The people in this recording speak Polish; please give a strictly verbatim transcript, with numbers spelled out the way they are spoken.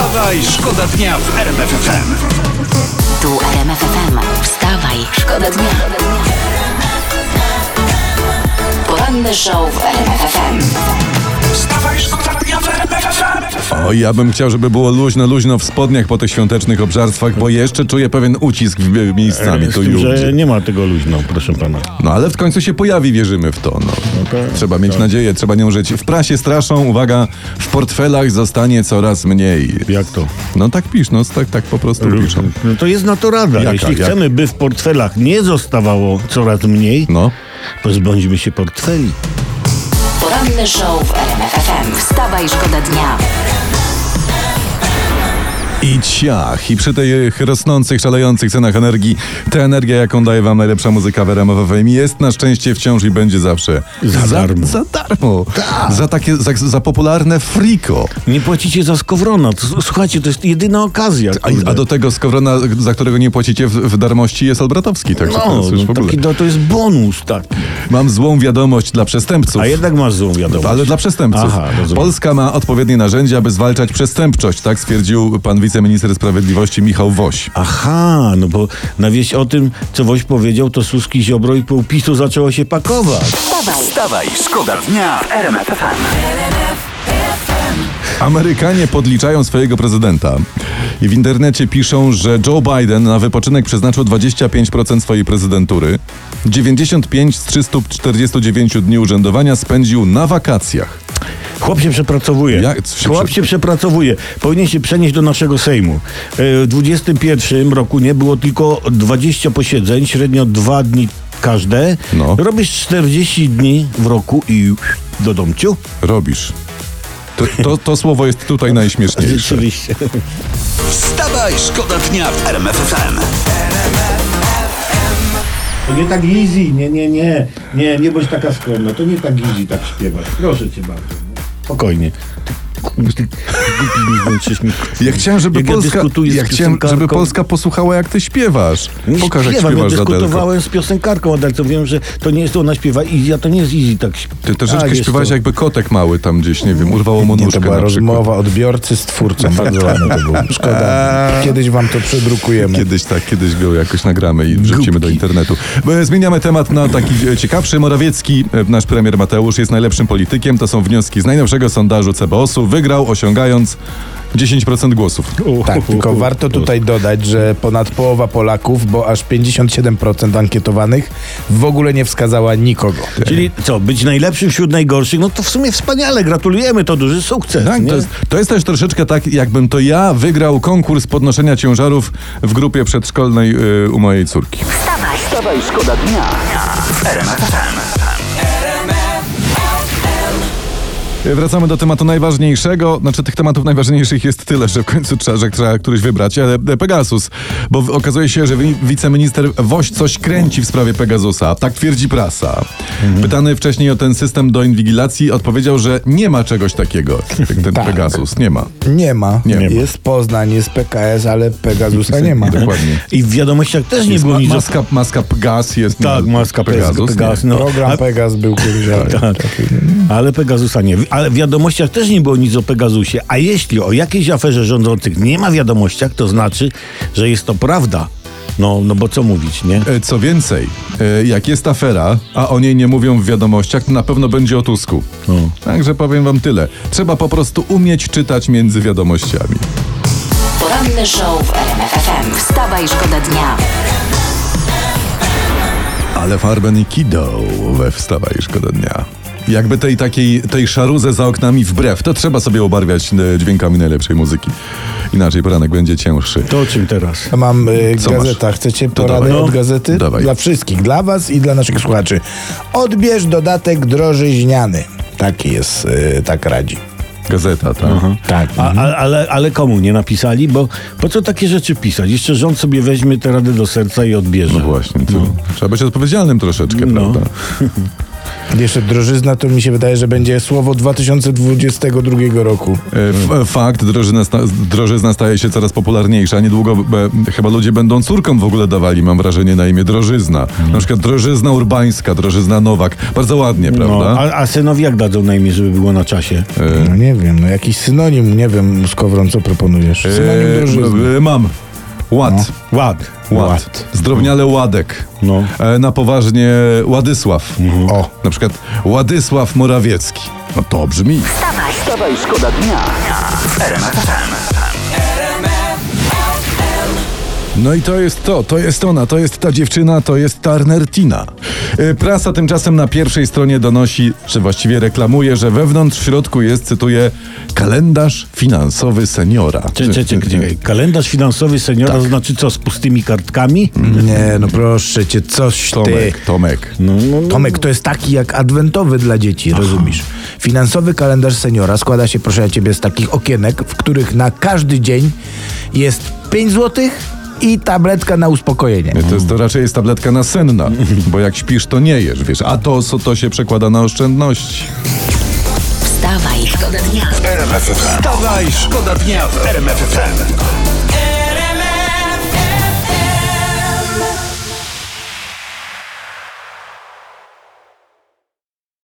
Wstawaj, szkoda dnia w R M F F M. Tu R M F F M. Wstawaj, szkoda dnia. Poranny show w R M F F M. Wstawaj, szkoda dnia w R M F F M. O, ja bym chciał, żeby było luźno, luźno w spodniach po tych świątecznych obżarstwach, bo jeszcze czuję pewien ucisk w miejscami Z tu i tym, że ówdzie. nie ma tego luźno, proszę pana. No ale w końcu się pojawi, wierzymy w to. No. tak, Trzeba mieć tak. nadzieję, trzeba nią żyć. W prasie straszą, uwaga, w portfelach zostanie coraz mniej. Jak to? No tak pisz, no tak, tak po prostu piszą. No to jest na to rada. Jaka? Jeśli Jak? chcemy, by w portfelach nie zostawało coraz mniej, No. pozbądźmy się portfeli. Poranny show w R M F F M. Wstawaj, szkoda dnia. I ciach. I przy tych rosnących, szalejących cenach energii, ta energia, jaką daje wam najlepsza muzyka w R M F F M, jest na szczęście wciąż i będzie zawsze Za darmo. Za darmo. Za takie, za, za popularne friko. Nie płacicie za Skowrona. To, słuchajcie, to jest jedyna okazja. A, a do tego Skowrona, za którego nie płacicie w, w darmości, jest Olbratowski. Także to No, jest już w no ogóle. taki, no, to jest bonus taki. Mam złą wiadomość dla przestępców. A jednak masz złą wiadomość. Ale dla przestępców. Aha, rozumiem. Polska ma odpowiednie narzędzia, aby zwalczać przestępczość, tak stwierdził pan wiceminister sprawiedliwości Michał Woś. Aha, no bo na wieść o tym, co Woś powiedział, to Suski, Ziobro i pół PiSu zaczęło się pakować. Wstawaj. Wstawaj, szkoda dnia w R M F F M. Amerykanie podliczają swojego prezydenta i w internecie piszą, że Joe Biden na wypoczynek przeznaczył dwadzieścia pięć procent swojej prezydentury. dziewięćdziesiąt pięć z trzystu czterdziestu dziewięciu dni urzędowania spędził na wakacjach. Chłop się przepracowuje. Jak się Chłop prze- się przepracowuje. Powinien się przenieść do naszego Sejmu. E, W dwudziestym pierwszym roku nie było tylko dwadzieścia posiedzeń, średnio dwa dni każde. No. Robisz czterdzieści dni w roku i do domciu. Robisz. To, to, to słowo jest tutaj najśmieszniejsze. Rzeczywiście. Wstawaj, szkoda dnia w R M F F M. To nie tak easy, nie, nie, nie, nie, nie bądź taka skromna, to nie tak easy tak śpiewać, proszę cię bardzo. Spokojnie. Ty, ty, głupi mi włączysz mi. Ja chciałem, żeby Jak ja Polska, dyskutuję z ja chciałem, żeby piosenkarką. Polska posłuchała, jak ty śpiewasz. Nie Pokaż, jak śpiewam, ja śpiewasz, Adelko. dyskutowałem z piosenkarką Adelcą, wiem, że to nie jest to, ona śpiewa i ja to nie jest easy tak. Ty troszeczkę tak, jest śpiewałeś to. jakby kotek mały tam gdzieś, nie wiem, urwało mu Nie, nóżkę to była na przykład. rozmowa odbiorcy z twórcą. Bardzo ładne to było. Szkoda. Kiedyś wam to przedrukujemy. Kiedyś tak, kiedyś go jakoś nagramy i wrzucimy do internetu. Bo Zmieniamy temat na taki e, ciekawszy. Morawiecki, e, nasz premier Mateusz, jest najlepszym politykiem. To są wnioski z najnowszego sondażu C B O S-u. Wygrał, osiągając dziesięć procent głosów. Tak, tylko warto tutaj dodać, że ponad połowa Polaków, bo aż pięćdziesiąt siedem procent ankietowanych w ogóle nie wskazała nikogo. Czyli co, być najlepszym wśród najgorszych, no to w sumie wspaniale, gratulujemy, to duży sukces. Tak, nie? to, jest, to jest też troszeczkę tak, jakbym to ja wygrał konkurs podnoszenia ciężarów w grupie przedszkolnej y, u mojej córki. Wstawaj. Wstawaj, szkoda dnia w R M F F M. Wracamy do tematu najważniejszego. Znaczy tych tematów najważniejszych jest tyle, że w końcu trzeba, że trzeba któryś wybrać. Ale Pegasus, bo w- okazuje się, że wi- wiceminister Woś coś kręci w sprawie Pegasusa. Tak twierdzi prasa. Pytany wcześniej o ten system do inwigilacji odpowiedział, że nie ma czegoś takiego jak ten Tak. Pegasus. Nie ma. Nie ma. Nie ma. Jest Poznań, jest P K S, ale Pegasusa nie ma. Dokładnie. I w wiadomościach też nie Jest było ma, nic o... maska, maska Pegas jest Tak, na maska Pegasus. Pegasus no. Program A- Pegas był kiedyś, ale Tak. taki- Ale Pegasusa nie. Ale w wiadomościach też nie było nic o Pegasusie. A jeśli o jakiejś aferze rządzących nie ma w wiadomościach, to znaczy, że jest to prawda. No, no bo co mówić, nie? E, Co więcej, e, jak jest afera, a o niej nie mówią w wiadomościach, to na pewno będzie o Tusku. No. Także powiem wam tyle. Trzeba po prostu umieć czytać między wiadomościami. Poranny show w R M F F M. Wstawaj, szkoda dnia. Ale Farben i Kido we Wstawaj, szkoda dnia. Jakby tej takiej, tej szaruzę za oknami wbrew, to trzeba sobie obarwiać e, dźwiękami najlepszej muzyki. Inaczej poranek będzie cięższy. To o czym teraz? Ja mam y, Co gazeta. masz? Chcecie To poradę dawaj. od No. gazety? Dawaj. Dla wszystkich, dla was i dla naszych słuchaczy. Odbierz dodatek drożyźniany. Taki jest, y, tak radzi. Gazeta, tak? Tak. A, a, ale, ale komu nie napisali? Bo po co takie rzeczy pisać? Jeszcze rząd sobie weźmie te rady do serca i odbierze. No właśnie, to trzeba być odpowiedzialnym troszeczkę, No. prawda? Jeszcze drożyzna to mi się wydaje, że będzie słowo dwa tysiące dwudziestego drugiego roku. E, f- Fakt, drożyzna, sta- drożyzna staje się coraz popularniejsza. Niedługo e, chyba ludzie będą córkom w ogóle dawali, mam wrażenie, na imię drożyzna. Na przykład drożyzna urbańska, drożyzna Nowak. Bardzo ładnie, No, prawda? a, a synowi jak dadzą na imię, żeby było na czasie? No nie wiem, no jakiś synonim, nie wiem, Skowron, co proponujesz? Synonim E, drożyzny. e, mam. Ład. Ład. Ład. Ład. Zdrobniale Ładek. No. E, na poważnie Ładysław. O. Na przykład Ładysław Morawiecki. No to brzmi. Wstawaj, szkoda dnia w R M F F M. No i to jest to, to jest ona, to jest ta dziewczyna, to jest Turner Tina. E, Prasa tymczasem na pierwszej stronie donosi, czy właściwie reklamuje, że wewnątrz w środku jest, cytuję, kalendarz finansowy seniora. Czekaj, czekaj, czekaj. Kalendarz finansowy seniora to znaczy co, z pustymi kartkami? Nie, no proszę cię, coś ty. Tomek, Tomek. No, no, no. Tomek, to jest taki jak adwentowy dla dzieci, rozumiesz? Finansowy kalendarz seniora składa się, proszę ja ciebie, z takich okienek, w których na każdy dzień jest pięć złotych i tabletka na uspokojenie. To, jest, to raczej jest tabletka nasenna, bo jak śpisz, to nie jesz, wiesz, a to, co to się przekłada na oszczędności. Wstawaj, szkoda dnia. Wstawaj, szkoda dnia w R M F F M.